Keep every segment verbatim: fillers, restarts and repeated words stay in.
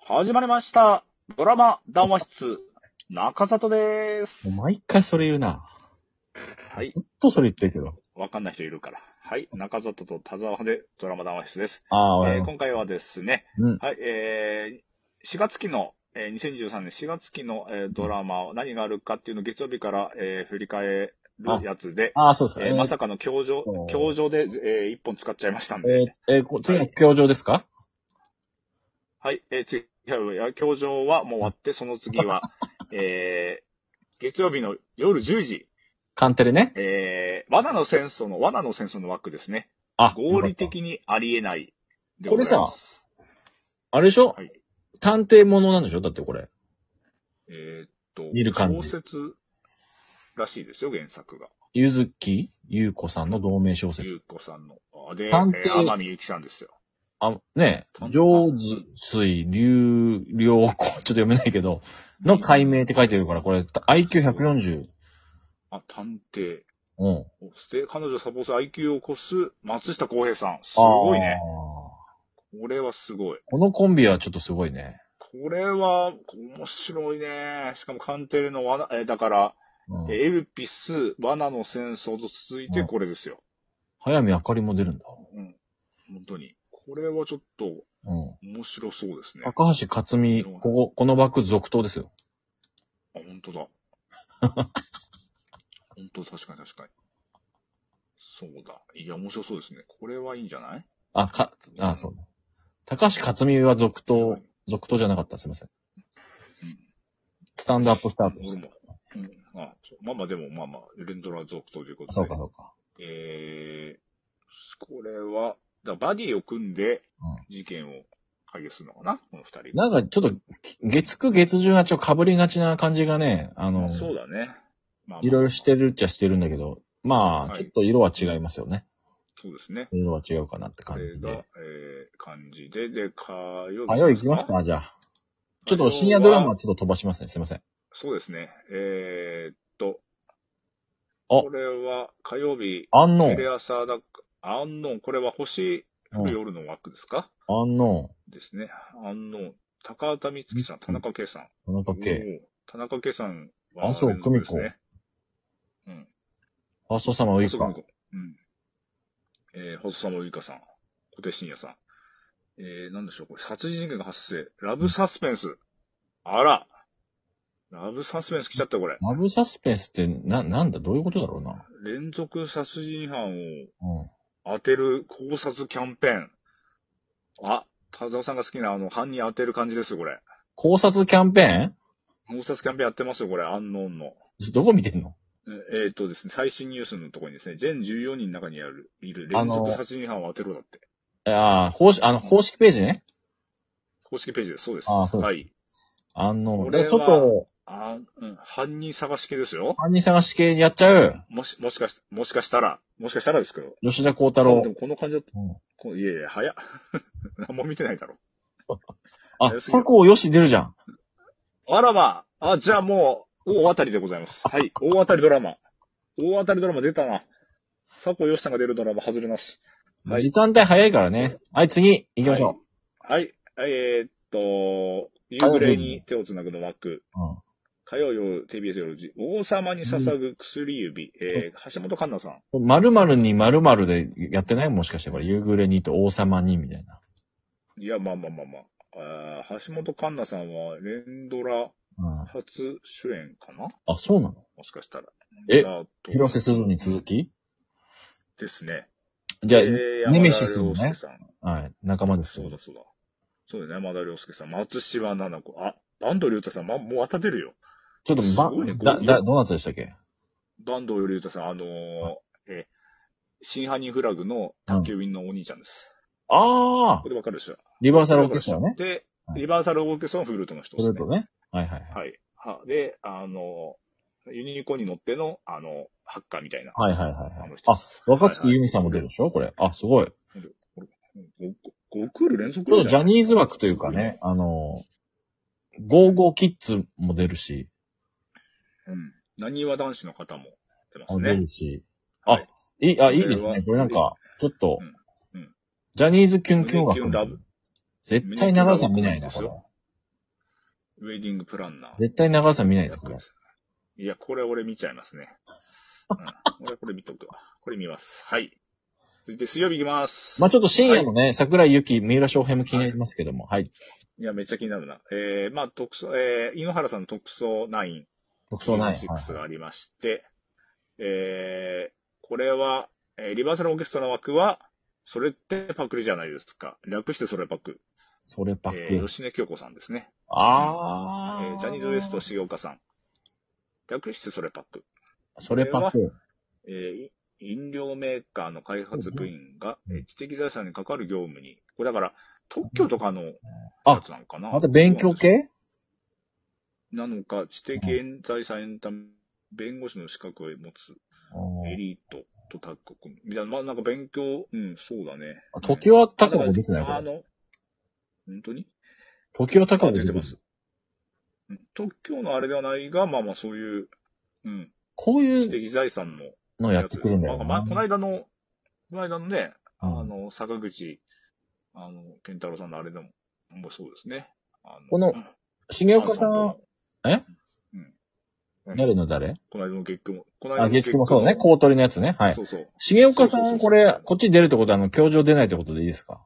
始まりました。ドラマ談話室、中里でーす。 もう毎回それ言うな。 はい。 ずっとそれ言ってるけど。 わかんない人いるから。はい。中里と田沢でドラマ談話室です。 ああ、 えー、今回はですね、 うん。 はい、えー、しがつ期の、えー、にせんにじゅうさんねんしがつ期の、えー、ドラマ、何があるかっていうのを月曜日から、えー、振り返るやつで、 ああ、そうですか。 えー、まさかの教場、教場で、えー、一本使っちゃいましたんで。 えー、えー、こ次は教場ですか？ はい、えー、次、教場はもう終わって、その次は、えー、月曜日の夜じゅうじ。 カンテレね。 えー、罠の戦争の、罠の戦争の枠ですね。 あ、 合理的にありえないでこれさございます。、 あれでしょ、 はい、 探偵ものなんでしょだってこれ。 えー、っと、 見る感じ。 小説らしいですよ、原作が。 ゆずきゆうこさんの同名小説。 ゆうこさんの。で、 探偵、 えー、天海祐希さんですよ。 あ、ねえ、上水流良子、ちょっと読めないけど、の解明って書いてるから、これ、アイキューひゃくよんじゅう。 あ、探偵。 うん。 そして、彼女サポート アイキュー を起こす松下洸平さん。すごいね。これはすごい。 このコンビはちょっとすごいね。 これは面白いね。しかもカンテレの罠、えー、だから、うん、エルピス、罠の戦争と続いてこれですよ。 うん、早見あかりも出るんだ。 うん。本当に。これはちょっと、面白そうですね。 うん、高橋克実、ここ、この枠続投ですよ。 あ、本当だ。本当、確かに確かに。そうだ。いや、面白そうですね。これはいいんじゃない？ あ、か、あ、そうだ。高橋克実は続投、はい、続投じゃなかった。すみません。うん、スタンドアップスタートです。 うん。あ、まあまあでも、まあまあ、連ドラ続投ということで。 そうかそうか。 えー、これは、だバディを組んで、事件を解決するのかな、この二人。 なんかちょっと、月9月じゅうがちょっと被りがちな感じがね、あの、 そうだね。 まあまあ、いろいろしてるっちゃしてるんだけど、まあ、ちょっと色は違いますよね。 そうですね。 色は違うかなって感じで。 これが、えー、感じで、で、火曜日。 火曜行きますかじゃあ。ちょっと深夜ドラマはちょっと飛ばしますね。すいません。 そうですね。えー、っと。これは火曜日。 アンノーン。 テレ朝だ。アンノーン。これは星降る夜の枠ですか？ アンノーン。ですね。アンノーン。高畑充希さん、田中圭さん。 田中圭。 田中圭さんは、 麻生久美子。うん。ファーストサマーウイカ。うん。 えー、ファーストサマーウイカさん。小手伸也さん。えー、なんでしょう、これ、殺人事件が発生。ラブサスペンス。あら。ラブサスペンス来ちゃったよ、これ。 ラブサスペンスって、な、なんだ、どういうことだろうな。 連続殺人犯を当てる考察キャンペーン。うん、あ、田沢さんが好きなあの、犯人当てる感じですよ、これ。 考察キャンペーン？ 考察キャンペーンやってますよ、これ、アンノーンの。 どこ見てんの？ えっとですね、最新ニュースのところにですね、全じゅうよにんの中にある、いる連続殺人犯を当てろだって。 ああ、公式、あの、公式ページね。 公式ページです。そうです。 ああ、そうです。 はい。 あの、 これは、ちょっと、あうん、犯人探し系ですよ。 犯人探し系やっちゃう。 もし、もしかし、もしかしたら、もしかしたらですけど。 吉田鋼太郎。 でもこの感じだと、うん、いやいや、早っ。何も見てないだろ。 あ、佐藤よし出るじゃん。 あらまあ、あ、じゃあもう、大当たりでございます。はい。大当たりドラマ。大当たりドラマ出たな。佐藤よしさんが出るドラマ外れなし。 はい、時間帯早いからね。はい、次、行きましょう。はい。はい、えー、っと、夕暮れに手をつなぐの枠。うん、火曜夜 ティービーエス 夜王様に捧ぐ薬指。うん、えー、橋本環奈さん。 〇〇に〇〇でやってないもしかしてこれ、夕暮れにと王様にみたいな。 いや、まあまあまあまあ。あ橋本環奈さんは連ドラ初主演かな、うん、 あ、そうなの？ もしかしたら。 え、広瀬すずに続きですね。 じゃあ、えー、ネメシスのね。はい。仲間ですけど。 そうだそうだ。そうだね、山田涼介さん。松島奈々子。あ、坂東龍太さん、ま、もう当たってるよ。 ちょっと、ば、ね、だ、だ、どなたでしたっけ？ 坂東龍太さん、あのー、え、真犯人フラグの宅急便のお兄ちゃんです。 うん、ああこれわかるでしょ？ リバーサルオーケストラね。 で、リバーサルオーケストラのフルートの人ですね。 フルートね。はいはいはい。はい。で、あの、ユニコーンに乗っての、あの、ハッカーみたいな。 はいはいはい、はい。あ、若月由美さんも出るでしょこれ。あ、すごい。 ごクール連続ちょっとジャニーズ枠というかね、あの、ゴーゴーキッズも出るし。 うん。なにわ男子の方も出ますね。 出るし。あ、はい、いい、あ、いいですね。これなんか、ちょっと、うんうん、ジャニーズキュンキュン枠。絶対長さん見ないな、これ。 ウェディングプランナー。 絶対長さん見ないとこれ。 いや、これ俺見ちゃいますね。うん。俺これ見とくわ。これ見ます。はい。続いて水曜日行きます。 まあちょっと深夜のね、はい、桜井由紀、三浦翔平も気になりますけども、はい。はい、 いや、めっちゃ気になるな。えー、まあ特捜、えー、井ノ原さんの特捜ナイン。 特捜ナイン。 シックスがありまして、はい、えー、これは、えー、リバーサルオーケストラ枠は、それってパクリじゃないですか。略してそれパク。 それパク。 えー、吉根京子さんですね。 あー。 えー、ジャニーズ ウエスト重岡さん。略してそれパク。 それパク。 えー、飲料メーカーの開発部員が、うん、知的財産に関わる業務に。これだから、特許とかのやつなのかな。 あ、あと勉強系なのか、知的財産エンタメ、弁護士の資格を持つエリートとタッグ組む。みたいな、まあなんか勉強、うん、そうだね。 時は高子ですね。 あの、本当に時は高子出てます。特許のあれではないが、まあまあそういう、うん。 こういう。 知的財産の。 のやってくるんだよな。まあ、この間の、この間のね、あの、坂口、あの、健太郎さんのあれでも、もうそうですね。あのこの、重岡さん、えうん。誰の誰この間の月9も。 この間の月9もそうね。公取りのやつね。はい。 そうそう。 重岡さん、これ、こっちに出るってことは、あの、教場出ないってことでいいですか？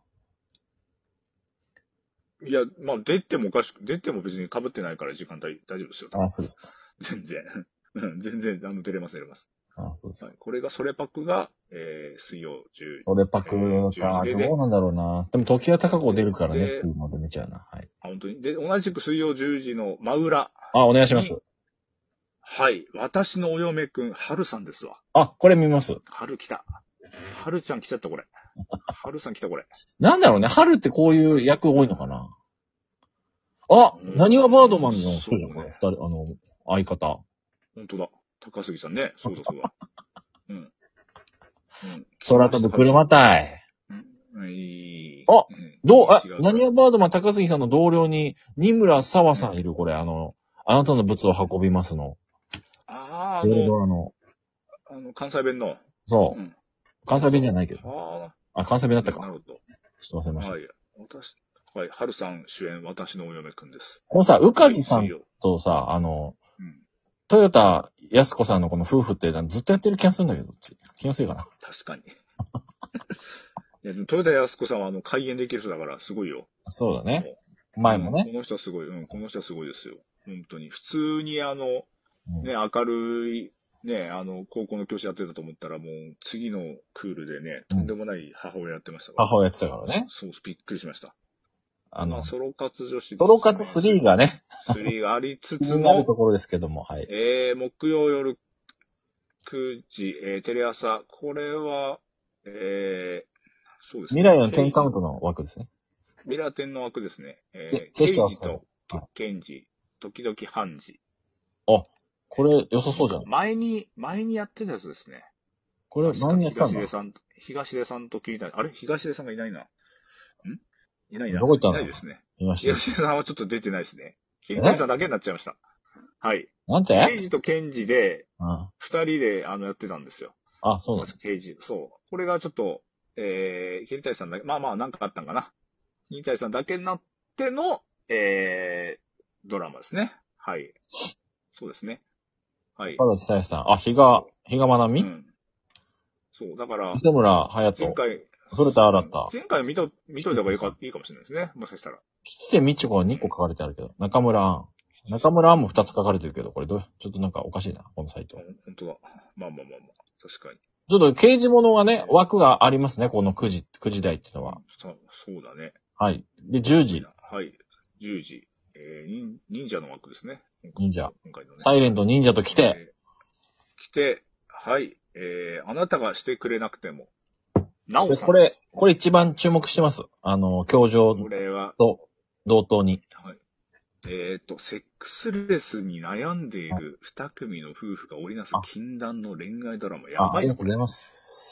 いや、まあ、出てもおかしく、出ても別に被ってないから時間帯大丈夫ですよ。 あ、そうですか。 全然。全然、あの、出れます、出れます。 あ、そうですか。 はい。これが、それパクが、えー、水曜じゅうじ。 それパクか、えー、どうなんだろうな。でも、時は高子出るからね、っていうので見ちゃうな。はい。 あ、本当に。で、同じく水曜じゅうじの真裏。 あ、お願いします。 はい。私のお嫁くん、はるさんですわ。 あ、これ見ます。 はる来た。はるちゃん来ちゃった、これ。はるさん来た、これ。 なんだろうね。はるってこういう役多いのかな。あ、なにわバードマンの人じゃん、これ。誰、あの、相方。 本当だ。高杉さんね。そうだ、そうだ。うん。うん。 空飛ぶ車隊。 うん。いい。 あ、どう、あ、なにわバードマン高杉さんの同僚に、二村沢さんいる、これ。あの、あなたの物を運びますの。 ああ、あの、 あの、 あの、関西弁の。 そう。うん、関西弁じゃないけど。ああ。関西弁だったか。 なるほど。 ちょっと忘れました。 はい。私、はい。春さん主演、私のお嫁くんです。 このさ、宇梶さんとさ、あの、うん、トヨタ安子さんのこの夫婦ってずっとやってる気がするんだけど、気のせいかな。 確かに。いや、トヨタ安子さんはあの、開演できる人だから、すごいよ。 そうだね。前もね、 うん。この人はすごい。うん、この人はすごいですよ。本当に。普通にあの、うん、ね、明るい、ね、あの、高校の教師やってたと思ったら、もう、次のクールでね、とんでもない母親やってましたから、 うん。母親やってたからね。 そう、びっくりしました。 あの、 ソロ活女子、 ね。ソロ活スリーがね。 スリーがありつつの。あるところですけども、はい。 えー、木曜夜くじ、えー、テレ朝。これは、えー、そうですね。 未来のテンカウントの枠ですね。 未来天の枠ですね。えー、ケイジとケンジ、時々ハンジ。 あ、これ良さそうじゃん。 前に、前にやってたやつですね。 これ何やってたんだ？ 東出さん、東出さんと聞いた。あれ東出さんがいないな。んいないな。 どこ行ったの？ いないですね。 いました。 東出さんはちょっと出てないですね。桐谷さんだけになっちゃいました。はい。 なんて？ ケイジとケンジで、二人で、あの、やってたんですよ。 あ、そうなんです。 ケイジ。そう。これがちょっと、えー、桐谷さんだけ、まあまあ、なんかあったんかな。桐谷さんだけになっての、えー、ドラマですね。はい。そうですね。はい。 ただちさやさん。あ、比嘉、比嘉まなみ？うん。 そう、だから、 磯村隼人。 前回、 古田新太。 前回見と、見といた方がいいか、いいかもしれないですね。もしかしたら。 吉瀬美智子はにこ書かれてあるけど、中村杏。中村杏もふたつ書かれてるけど、これどう、ちょっとなんかおかしいな、このサイト。 本当だ。まあまあまあまあ、確かに。 ちょっと刑事物がね、枠がありますね、このくじ、くじ台っていうのは。 そ、そうだね。 はい。で、じゅうじ。 はい。じゅうじ。えー、忍者の枠ですね。 忍者。 今回のね。 サイレント忍者と来て。 えー、来て、はい。えー、あなたがしてくれなくても。なおさん。 これ、これ一番注目してます。あの、教場と同等に。 はい。えっ、ー、と、セックスレスに悩んでいる二組の夫婦が織りなす禁断の恋愛ドラマ。やばいな。 ありがとうございます。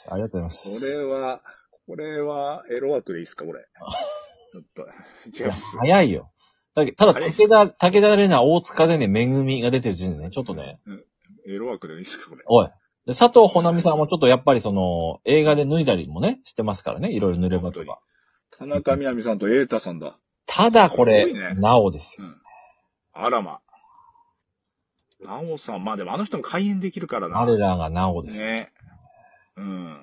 ありがとうございます。 これは、これは、エロ枠でいいですか、これ。ちょっと、違います。 早いよ。ただ、武田、武田玲奈、大塚でね、めぐみが出てる時点でね、ちょっとね。 うん。エロ枠でいいですか、これ。 おい。で佐藤穂波さんもちょっとやっぱりその、映画で脱いだりもね、してますからね。いろいろ濡れ場とか。 田中みな実さんと瑛太さんだ。 ただこれ、ね、なおですよ。うん。 あらま。なおさん、まあでもあの人も開演できるからな。 我らがなおです。 ね。うん。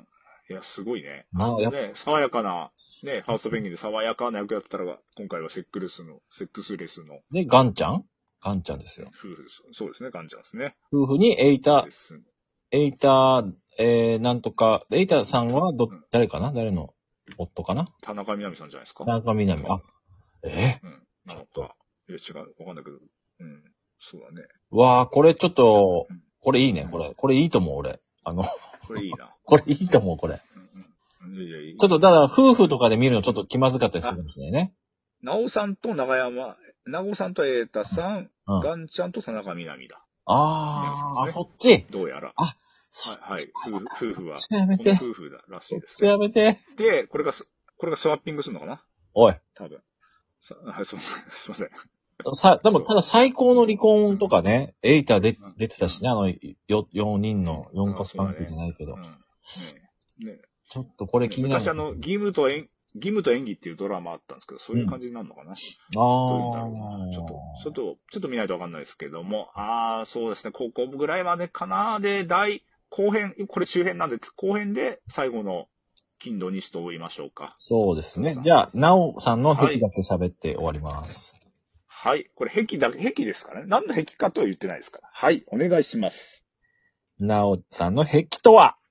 いや、すごいね。 なお、やっぱね、爽やかな、ね、ファーストペンギンで爽やかな役やってたら、今回はセックレスの、セックスレスので、ガンちゃんガンちゃんですよ。 夫婦です。そうですね、ガンちゃんですね。 夫婦にエイタで、すエイタ、えー、なんとか、エイタさんはどうん、 誰かな誰の夫かな田中みな実さんじゃないですか。 田中みな実。あ、えうん。なのちょっとか。いや、違う。わかんないけど。うん。そうだね。 わあ、これちょっとうん、 これいいね、これ。これいいと思う、俺。あの、 これいいな。 これいいと思う、これ。 うんうん。いやいやいい。 ちょっと、だから、夫婦とかで見るのちょっと気まずかったりするかもしれないね。 なおさんと長山、なおさんと瑛太さん、 うん。 ガンちゃんと田中みな実だ。 あー、 ねそっち。 どうやら。 あ、 はい、はい。夫婦、夫婦は。 そっちやめて。 この夫婦だらしそっちいですね。 やめて。 で、これがす、これがスワッピングするのかなおい。 多分。さはい、そう、すいません。 さ、でも、ただ最高の離婚とかね、エイタでうん出てたしね、あの、よ、よにんの四角そうだね関係じゃないけど。 うん。ねえ。ねちょっとこれ気になる。 昔あの、義務と演、義務と演技っていうドラマあったんですけど、そういう感じになるのかな、 あどういうんだろうーな。ちょっと、ちょっと、ちょっと見ないとわかんないですけども、ああ、そうですね、高校部ぐらいまでかな。で、大、後編、これ中編なんで、後編で最後の金土日と言いましょうか。 そうですね。 そうじゃあ、なおさんの壁だけ喋って終わります。 はい。これ壁だ、壁ですからね。何の壁かとは言ってないですから。はい。お願いします。 なおさんの壁とは